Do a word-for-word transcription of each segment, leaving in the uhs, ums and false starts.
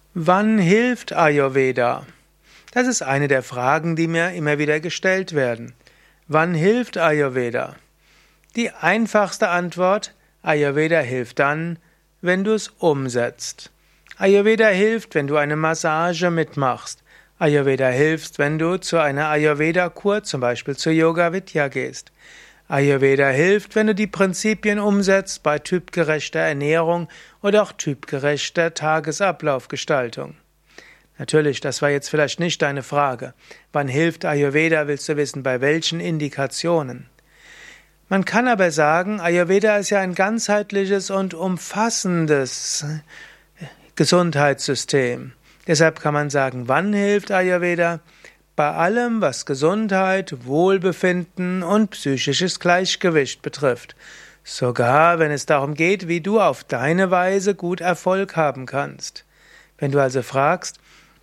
Wann hilft Ayurveda? Das ist eine der Fragen, die mir immer wieder gestellt werden. Wann hilft Ayurveda? Die einfachste Antwort: Ayurveda hilft dann, wenn du es umsetzt. Ayurveda hilft, wenn du eine Massage mitmachst. Ayurveda hilft, wenn du zu einer Ayurveda-Kur, zum Beispiel zu Yoga Vidya gehst. Ayurveda hilft, wenn du die Prinzipien umsetzt bei typgerechter Ernährung oder auch typgerechter Tagesablaufgestaltung. Natürlich, das war jetzt vielleicht nicht deine Frage. Wann hilft Ayurveda, willst du wissen, bei welchen Indikationen? Man kann aber sagen, Ayurveda ist ja ein ganzheitliches und umfassendes Gesundheitssystem. Deshalb kann man sagen, wann hilft Ayurveda? Bei allem, was Gesundheit, Wohlbefinden und psychisches Gleichgewicht betrifft. Sogar wenn es darum geht, wie du auf deine Weise gut Erfolg haben kannst. Wenn du also fragst,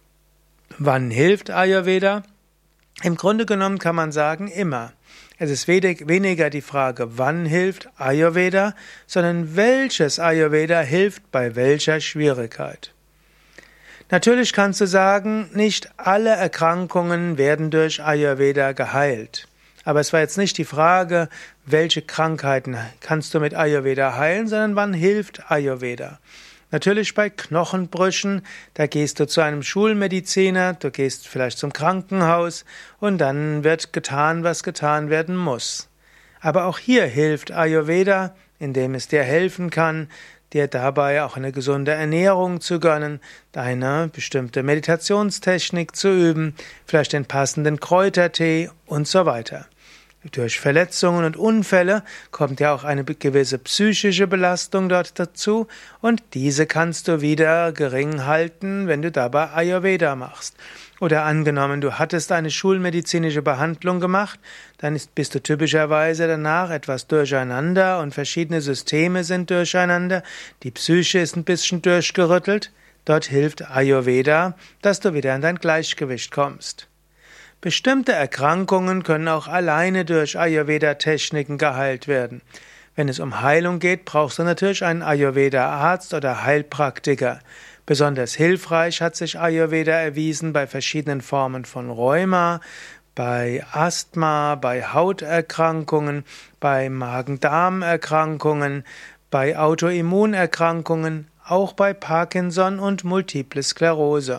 wann hilft Ayurveda? Im Grunde genommen kann man sagen, immer. Es ist weniger die Frage, wann hilft Ayurveda, sondern welches Ayurveda hilft bei welcher Schwierigkeit. Natürlich kannst du sagen, nicht alle Erkrankungen werden durch Ayurveda geheilt. Aber es war jetzt nicht die Frage, welche Krankheiten kannst du mit Ayurveda heilen, sondern wann hilft Ayurveda. Natürlich bei Knochenbrüchen, da gehst du zu einem Schulmediziner, du gehst vielleicht zum Krankenhaus und dann wird getan, was getan werden muss. Aber auch hier hilft Ayurveda, indem es dir helfen kann, dir dabei auch eine gesunde Ernährung zu gönnen, eine bestimmte Meditationstechnik zu üben, vielleicht den passenden Kräutertee und so weiter. Durch Verletzungen und Unfälle kommt ja auch eine gewisse psychische Belastung dort dazu und diese kannst du wieder gering halten, wenn du dabei Ayurveda machst. Oder angenommen, du hattest eine schulmedizinische Behandlung gemacht, dann bist du typischerweise danach etwas durcheinander und verschiedene Systeme sind durcheinander, die Psyche ist ein bisschen durchgerüttelt. Dort hilft Ayurveda, dass du wieder in dein Gleichgewicht kommst. Bestimmte Erkrankungen können auch alleine durch Ayurveda-Techniken geheilt werden. Wenn es um Heilung geht, brauchst du natürlich einen Ayurveda-Arzt oder Heilpraktiker. Besonders hilfreich hat sich Ayurveda erwiesen bei verschiedenen Formen von Rheuma, bei Asthma, bei Hauterkrankungen, bei Magen-Darm-Erkrankungen, bei Autoimmunerkrankungen, auch bei Parkinson und Multiple Sklerose.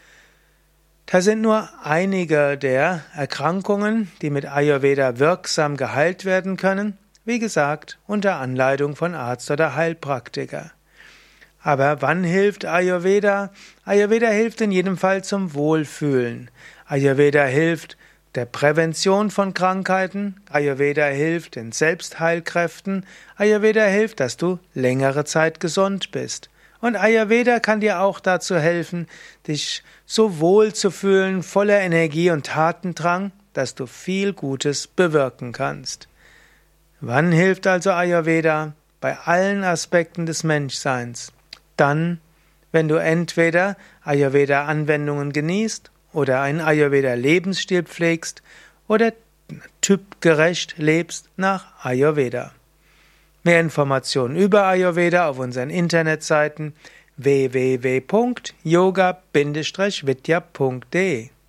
Das sind nur einige der Erkrankungen, die mit Ayurveda wirksam geheilt werden können, wie gesagt, unter Anleitung von Arzt oder Heilpraktiker. Aber wann hilft Ayurveda? Ayurveda hilft in jedem Fall zum Wohlfühlen. Ayurveda hilft der Prävention von Krankheiten. Ayurveda hilft den Selbstheilkräften. Ayurveda hilft, dass du längere Zeit gesund bist. Und Ayurveda kann dir auch dazu helfen, dich so wohl zu fühlen, voller Energie und Tatendrang, dass du viel Gutes bewirken kannst. Wann hilft also Ayurveda? Bei allen Aspekten des Menschseins. Dann, wenn du entweder Ayurveda-Anwendungen genießt oder einen Ayurveda-Lebensstil pflegst oder typgerecht lebst nach Ayurveda. Mehr Informationen über Ayurveda auf unseren Internetseiten w w w punkt yoga Bindestrich vidya punkt de